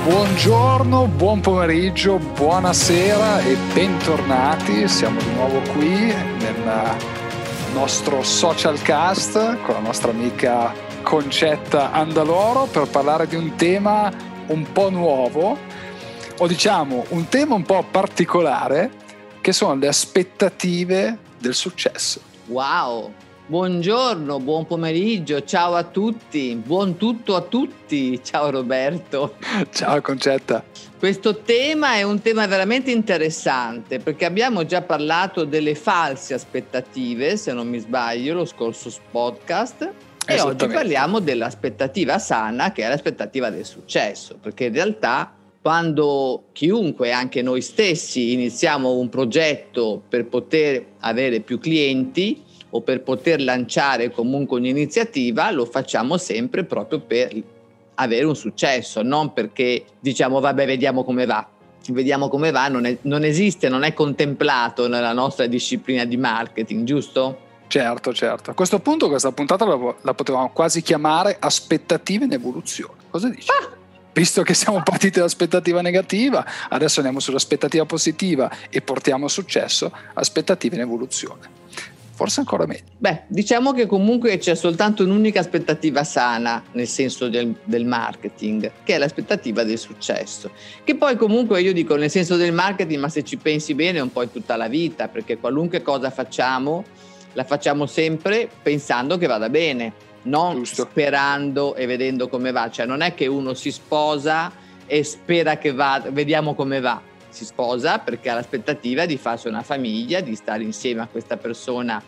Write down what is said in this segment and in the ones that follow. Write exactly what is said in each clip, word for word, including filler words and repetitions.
Buongiorno, buon pomeriggio, buonasera e bentornati. Siamo di nuovo qui nel nostro social cast con la nostra amica Concetta Andaloro per parlare di un tema un po' nuovo, o diciamo un tema un po' particolare, che sono le aspettative del successo. Wow! Buongiorno, buon pomeriggio, ciao a tutti, buon tutto a tutti, ciao Roberto. Ciao Concetta. Questo tema è un tema veramente interessante perché abbiamo già parlato delle false aspettative, se non mi sbaglio, lo scorso podcast, e oggi parliamo dell'aspettativa sana, che è l'aspettativa del successo, perché in realtà quando chiunque, anche noi stessi, iniziamo un progetto per poter avere più clienti o per poter lanciare comunque un'iniziativa, lo facciamo sempre proprio per avere un successo, non perché diciamo vabbè vediamo come va. Vediamo come va non, è, non esiste, non è contemplato nella nostra disciplina di marketing, giusto? Certo, certo. A questo punto questa puntata la, la potevamo quasi chiamare aspettative in evoluzione. Cosa dici? Ah! Visto che siamo partiti dall'aspettativa negativa, adesso andiamo sull'aspettativa positiva e portiamo a successo, aspettative in evoluzione. Forse ancora meglio. Beh, diciamo che comunque c'è soltanto un'unica aspettativa sana nel senso del, del marketing, che è l'aspettativa del successo. Che poi comunque io dico nel senso del marketing, ma se ci pensi bene è un po' in tutta la vita, perché qualunque cosa facciamo, la facciamo sempre pensando che vada bene, non Giusto. Sperando e vedendo come va. Cioè non è che uno si sposa e spera che vada, vediamo come va. Si sposa perché ha l'aspettativa di farsi una famiglia, di stare insieme a questa persona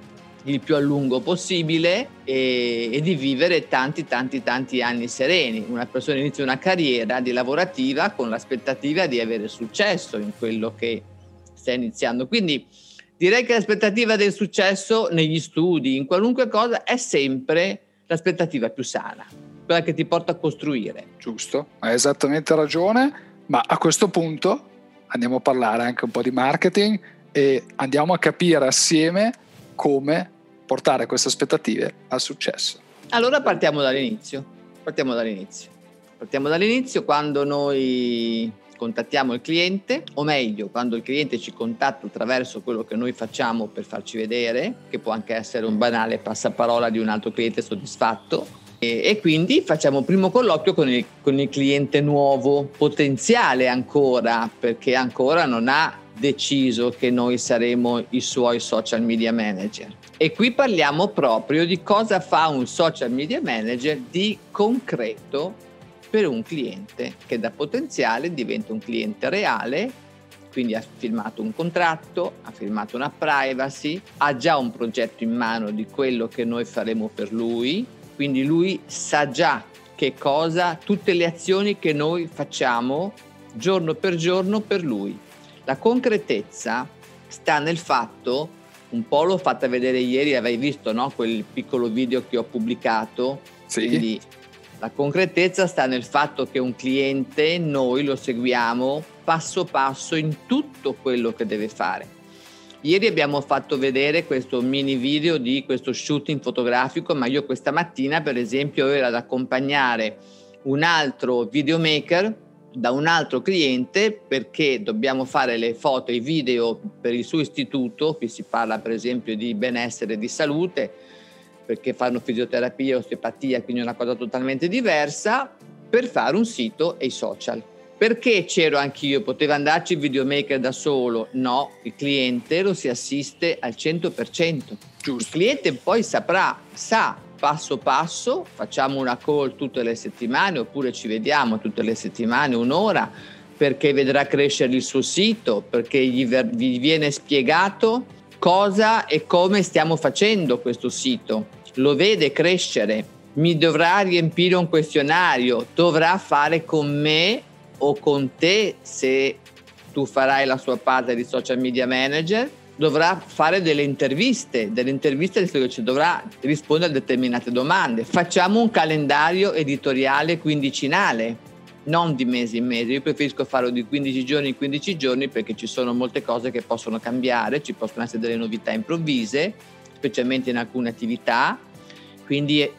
il più a lungo possibile e, e di vivere tanti tanti tanti anni sereni. Una persona inizia una carriera di lavorativa con l'aspettativa di avere successo in quello che sta iniziando. Quindi direi che l'aspettativa del successo negli studi, in qualunque cosa, è sempre l'aspettativa più sana, quella che ti porta a costruire. Giusto, hai esattamente ragione, ma a questo punto andiamo a parlare anche un po' di marketing e andiamo a capire assieme come portare queste aspettative al successo. Allora partiamo dall'inizio. Partiamo dall'inizio. Partiamo dall'inizio quando noi contattiamo il cliente, o meglio, quando il cliente ci contatta attraverso quello che noi facciamo per farci vedere, che può anche essere un banale passaparola di un altro cliente soddisfatto. E, e quindi facciamo un primo colloquio con il, con il cliente nuovo, potenziale ancora, perché ancora non ha deciso che noi saremo i suoi social media manager. E qui parliamo proprio di cosa fa un social media manager di concreto per un cliente che da potenziale diventa un cliente reale, quindi ha firmato un contratto, ha firmato una privacy, ha già un progetto in mano di quello che noi faremo per lui. Quindi lui sa già che cosa, tutte le azioni che noi facciamo giorno per giorno per lui. La concretezza sta nel fatto, un po' l'ho fatta vedere ieri, avevi visto, no? Quel piccolo video che ho pubblicato. Sì. Quindi la concretezza sta nel fatto che un cliente noi lo seguiamo passo passo in tutto quello che deve fare. Ieri abbiamo fatto vedere questo mini video di questo shooting fotografico, ma io questa mattina per esempio ero ad accompagnare un altro videomaker da un altro cliente perché dobbiamo fare le foto e i video per il suo istituto. Qui si parla per esempio di benessere e di salute, perché fanno fisioterapia e osteopatia, quindi è una cosa totalmente diversa, per fare un sito e i social. Perché c'ero anch'io? Poteva andarci il videomaker da solo? No, il cliente lo si assiste al cento per cento. Giusto. Il cliente poi saprà, sa passo passo, facciamo una call tutte le settimane oppure ci vediamo tutte le settimane un'ora perché vedrà crescere il suo sito, perché gli, ver- gli viene spiegato cosa e come stiamo facendo questo sito. Lo vede crescere, mi dovrà riempire un questionario, dovrà fare con me o con te, se tu farai la sua parte di social media manager, dovrà fare delle interviste, delle interviste dove ci dovrà rispondere a determinate domande. Facciamo un calendario editoriale quindicinale, non di mese in mese. Io preferisco farlo di quindici giorni in quindici giorni perché ci sono molte cose che possono cambiare, ci possono essere delle novità improvvise, specialmente in alcune attività. Quindi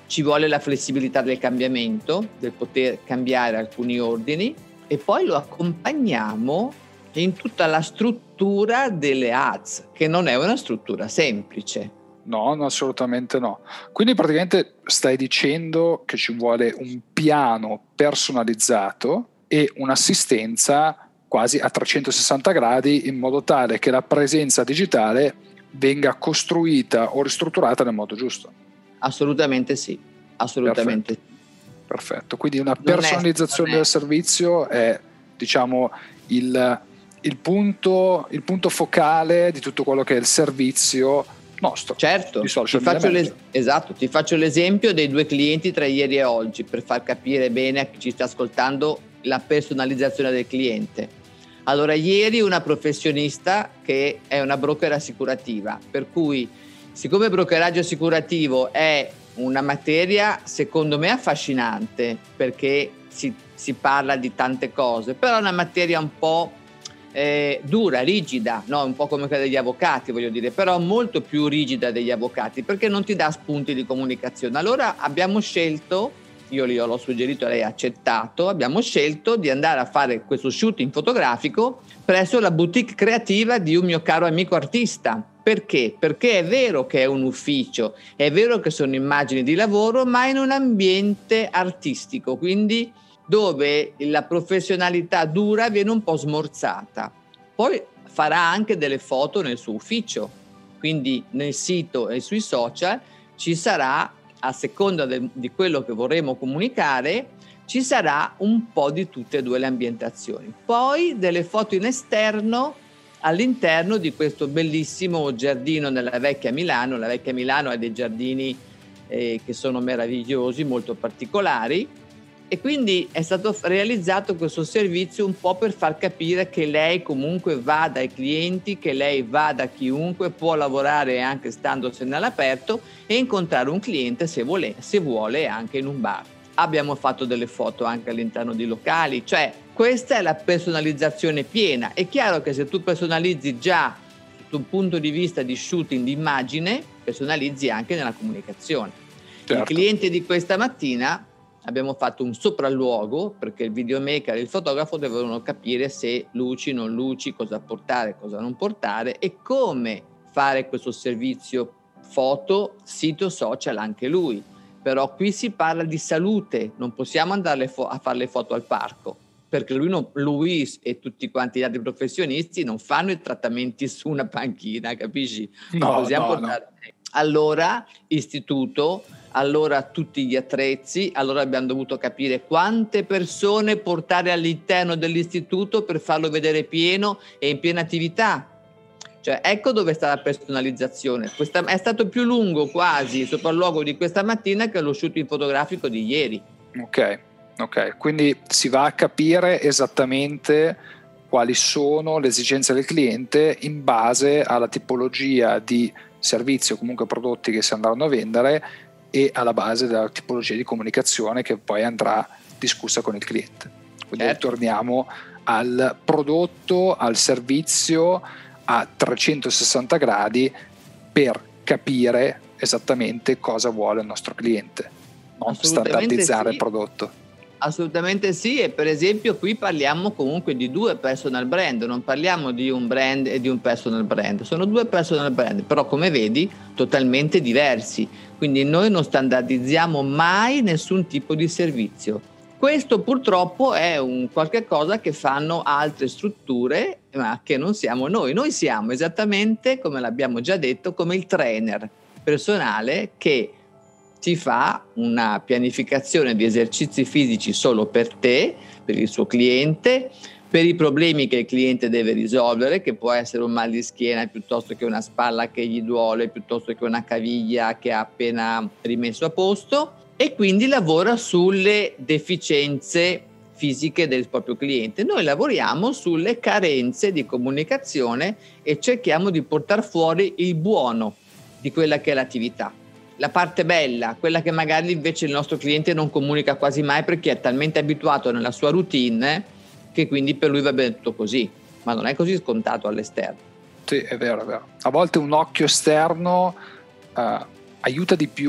ci vuole la flessibilità del cambiamento, del poter cambiare alcuni ordini, e poi lo accompagniamo in tutta la struttura delle ads, che non è una struttura semplice. No, no, assolutamente no. Quindi praticamente stai dicendo che ci vuole un piano personalizzato e un'assistenza quasi a trecentosessanta gradi, in modo tale che la presenza digitale venga costruita o ristrutturata nel modo giusto. Assolutamente sì, assolutamente. Perfetto, Perfetto. Quindi una personalizzazione è, del servizio è, diciamo, il, il, punto, il punto focale di tutto quello che è il servizio nostro. Certo, ti faccio, l'es- esatto, ti faccio l'esempio dei due clienti tra ieri e oggi, per far capire bene a chi ci sta ascoltando la personalizzazione del cliente. Allora, ieri una professionista che è una broker assicurativa, per cui siccome brokeraggio assicurativo è una materia secondo me affascinante, perché si, si parla di tante cose, però è una materia un po' eh, dura, rigida, no? Un po' come quella degli avvocati, voglio dire, però molto più rigida degli avvocati, perché non ti dà spunti di comunicazione. Allora abbiamo scelto, io l'ho suggerito, lei ha accettato, abbiamo scelto di andare a fare questo shooting fotografico presso la boutique creativa di un mio caro amico artista. Perché? Perché è vero che è un ufficio, è vero che sono immagini di lavoro, ma in un ambiente artistico, quindi dove la professionalità dura viene un po' smorzata. Poi farà anche delle foto nel suo ufficio, quindi nel sito e sui social ci sarà, a seconda de, di quello che vorremmo comunicare, ci sarà un po' di tutte e due le ambientazioni. Poi delle foto in esterno all'interno di questo bellissimo giardino nella vecchia Milano. La vecchia Milano ha dei giardini eh, che sono meravigliosi, molto particolari, e quindi è stato realizzato questo servizio un po' per far capire che lei comunque va dai clienti, che lei va da chiunque, può lavorare anche standosene all'aperto e incontrare un cliente se vuole, se vuole anche in un bar. Abbiamo fatto delle foto anche all'interno di locali, cioè questa è la personalizzazione piena. È chiaro che se tu personalizzi già da un punto di vista di shooting di immagine, personalizzi anche nella comunicazione. Certo. Il cliente di questa mattina abbiamo fatto un sopralluogo, perché il videomaker e il fotografo dovevano capire se luci, non luci, cosa portare, cosa non portare e come fare questo servizio foto, sito social anche lui. Però qui si parla di salute, non possiamo andare a fare le foto al parco, perché lui, non, lui e tutti quanti gli altri professionisti non fanno i trattamenti su una panchina, capisci? Non no, possiamo no, portare... no. Allora, istituto, allora tutti gli attrezzi, allora abbiamo dovuto capire quante persone portare all'interno dell'istituto per farlo vedere pieno e in piena attività. Cioè, ecco dove sta la personalizzazione. Questa, è stato più lungo quasi il sopralluogo di questa mattina che lo shooting fotografico di ieri. Ok, ok. Quindi si va a capire esattamente quali sono le esigenze del cliente in base alla tipologia di servizio, comunque prodotti che si andranno a vendere, e alla base della tipologia di comunicazione che poi andrà discussa con il cliente. Quindi certo. Torniamo al prodotto, al servizio a trecentosessanta gradi per capire esattamente cosa vuole il nostro cliente, non standardizzare sì. il prodotto. Assolutamente sì, e per esempio qui parliamo comunque di due personal brand, non parliamo di un brand e di un personal brand, sono due personal brand, però come vedi totalmente diversi, quindi noi non standardizziamo mai nessun tipo di servizio. Questo purtroppo è un qualche cosa che fanno altre strutture, ma che non siamo noi. Noi siamo esattamente, come l'abbiamo già detto, come il trainer personale che ti fa una pianificazione di esercizi fisici solo per te, per il suo cliente, per i problemi che il cliente deve risolvere, che può essere un mal di schiena piuttosto che una spalla che gli duole, piuttosto che una caviglia che ha appena rimesso a posto, e quindi lavora sulle deficienze fisiche del proprio cliente. Noi lavoriamo sulle carenze di comunicazione e cerchiamo di portare fuori il buono di quella che è l'attività. La parte bella, quella che magari invece il nostro cliente non comunica quasi mai perché è talmente abituato nella sua routine che quindi per lui va bene tutto così, ma non è così scontato all'esterno. Sì, è vero, è vero. A volte un occhio esterno uh, aiuta di più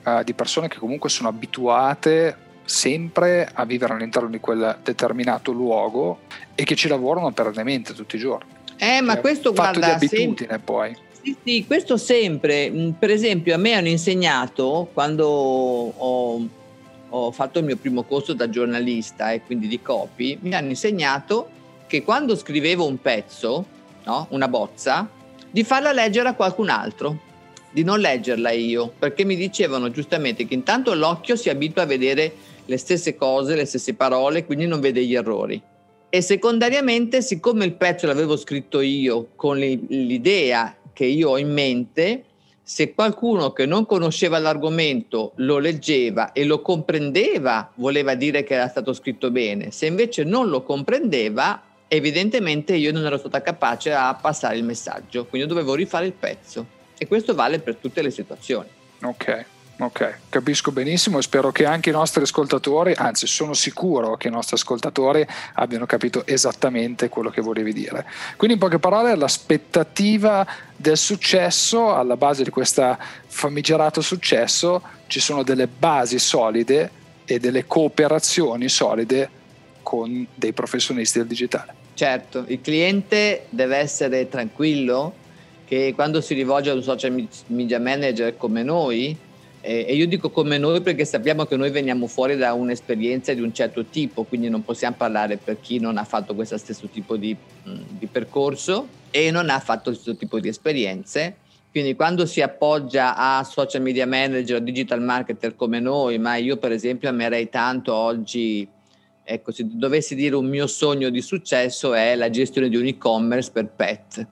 uh, di persone che comunque sono abituate sempre a vivere all'interno di quel determinato luogo e che ci lavorano perennemente tutti i giorni. Eh, ma cioè, questo fatto guarda, di abitudine sempre, poi. Sì, sì, questo sempre. Per esempio, a me hanno insegnato quando ho, ho fatto il mio primo corso da giornalista e quindi di copy, mi hanno insegnato che quando scrivevo un pezzo, no, una bozza, di farla leggere a qualcun altro, di non leggerla io, perché mi dicevano giustamente che intanto l'occhio si abitua a vedere le stesse cose, le stesse parole, quindi non vede gli errori. E secondariamente, siccome il pezzo l'avevo scritto io con l'idea che io ho in mente, se qualcuno che non conosceva l'argomento lo leggeva e lo comprendeva, voleva dire che era stato scritto bene. Se invece non lo comprendeva, evidentemente io non ero stata capace a passare il messaggio, quindi dovevo rifare il pezzo. E questo vale per tutte le situazioni. Ok. Ok, capisco benissimo e spero che anche i nostri ascoltatori, anzi sono sicuro che i nostri ascoltatori abbiano capito esattamente quello che volevi dire. Quindi in poche parole, l'aspettativa del successo, alla base di questo famigerato successo ci sono delle basi solide e delle cooperazioni solide con dei professionisti del digitale. Certo, il cliente deve essere tranquillo che quando si rivolge a un social media manager come noi, e io dico come noi perché sappiamo che noi veniamo fuori da un'esperienza di un certo tipo, quindi non possiamo parlare per chi non ha fatto questo stesso tipo di, di percorso e non ha fatto questo tipo di esperienze. Quindi quando si appoggia a social media manager, digital marketer come noi, ma io per esempio amerei tanto oggi, ecco, se dovessi dire un mio sogno di successo è la gestione di un e-commerce per pet.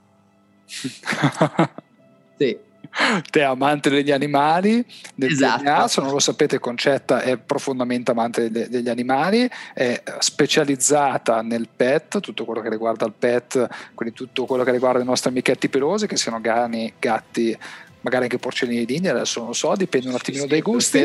Sì. Te amante degli animali, del esatto. D N A, se non lo sapete Concetta è profondamente amante de- degli animali, è specializzata nel pet, tutto quello che riguarda il pet, quindi tutto quello che riguarda i nostri amichetti pelosi, che siano cani, gatti, magari anche porcellini di India, adesso non lo so, dipende un attimino sì, dai sì, gusti.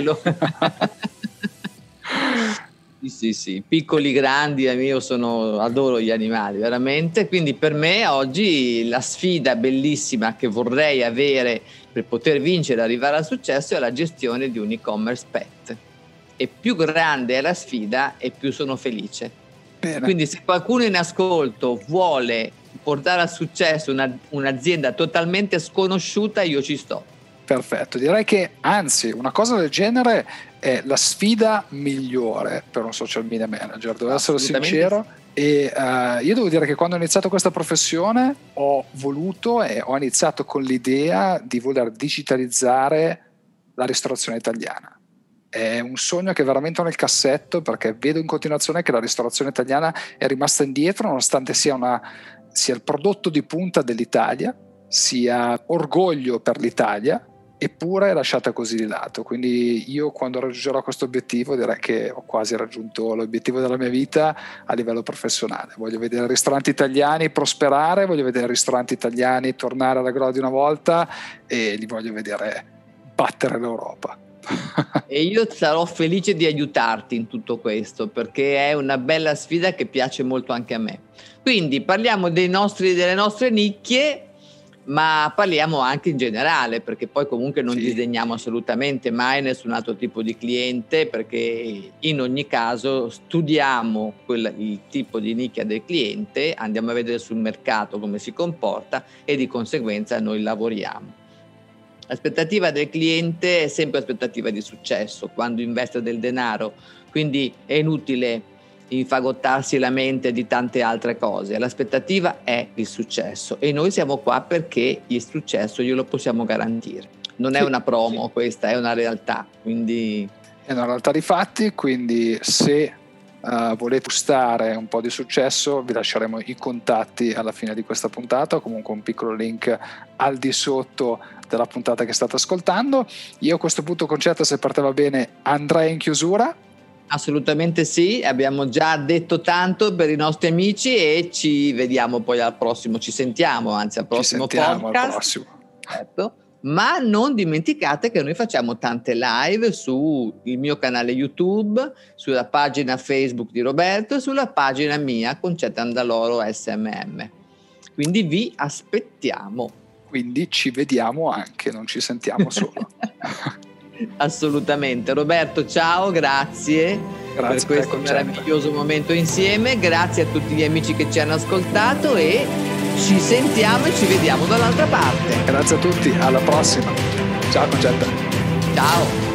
Sì, sì, sì, piccoli, grandi, io sono, adoro gli animali, veramente, quindi per me oggi la sfida bellissima che vorrei avere per poter vincere e arrivare al successo è la gestione di un e-commerce pet. E più grande è la sfida e più sono felice. Bene. Quindi se qualcuno in ascolto vuole portare a successo una, un'azienda totalmente sconosciuta, io ci sto. Perfetto, direi che anzi una cosa del genere è la sfida migliore per un social media manager, devo essere sincero. Sì. E uh, io devo dire che quando ho iniziato questa professione ho voluto e ho iniziato con l'idea di voler digitalizzare la ristorazione italiana. È un sogno che veramente ho nel cassetto, perché vedo in continuazione che la ristorazione italiana è rimasta indietro, nonostante sia, una, sia il prodotto di punta dell'Italia, sia orgoglio per l'Italia, eppure è lasciata così di lato. Quindi io, quando raggiungerò questo obiettivo, direi che ho quasi raggiunto l'obiettivo della mia vita a livello professionale. Voglio vedere ristoranti italiani prosperare, voglio vedere ristoranti italiani tornare alla gloria di una volta e li voglio vedere battere l'Europa. E io sarò felice di aiutarti in tutto questo, perché è una bella sfida che piace molto anche a me. Quindi parliamo dei nostri, delle nostre nicchie, ma parliamo anche in generale, perché poi comunque non sì. disdegniamo assolutamente mai nessun altro tipo di cliente, perché in ogni caso studiamo quel, il tipo di nicchia del cliente, andiamo a vedere sul mercato come si comporta e di conseguenza noi lavoriamo. L'aspettativa del cliente è sempre aspettativa di successo quando investe del denaro, quindi è inutile infagottarsi la mente di tante altre cose. L'aspettativa è il successo e noi siamo qua perché il successo glielo possiamo garantire. Non sì, è una promo, sì. Questa è una realtà, quindi è una realtà di fatti, quindi se uh, volete gustare un po' di successo vi lasceremo i contatti alla fine di questa puntata, o comunque un piccolo link al di sotto della puntata che state ascoltando. Io a questo punto, Concetta, se per te va bene, andrei in chiusura. Assolutamente sì, abbiamo già detto tanto per i nostri amici e ci vediamo poi al prossimo, ci sentiamo anzi al prossimo ci sentiamo podcast. Al prossimo. Certo. Ma non dimenticate che noi facciamo tante live sul mio canale YouTube, sulla pagina Facebook di Roberto e sulla pagina mia Concetta Andaloro S M M. Quindi vi aspettiamo. Quindi ci vediamo anche, non ci sentiamo solo. Assolutamente. Roberto, ciao, grazie, grazie per questo meraviglioso momento insieme, grazie a tutti gli amici che ci hanno ascoltato e ci sentiamo e ci vediamo dall'altra parte. Grazie a tutti, alla prossima. Ciao Concetta. Ciao.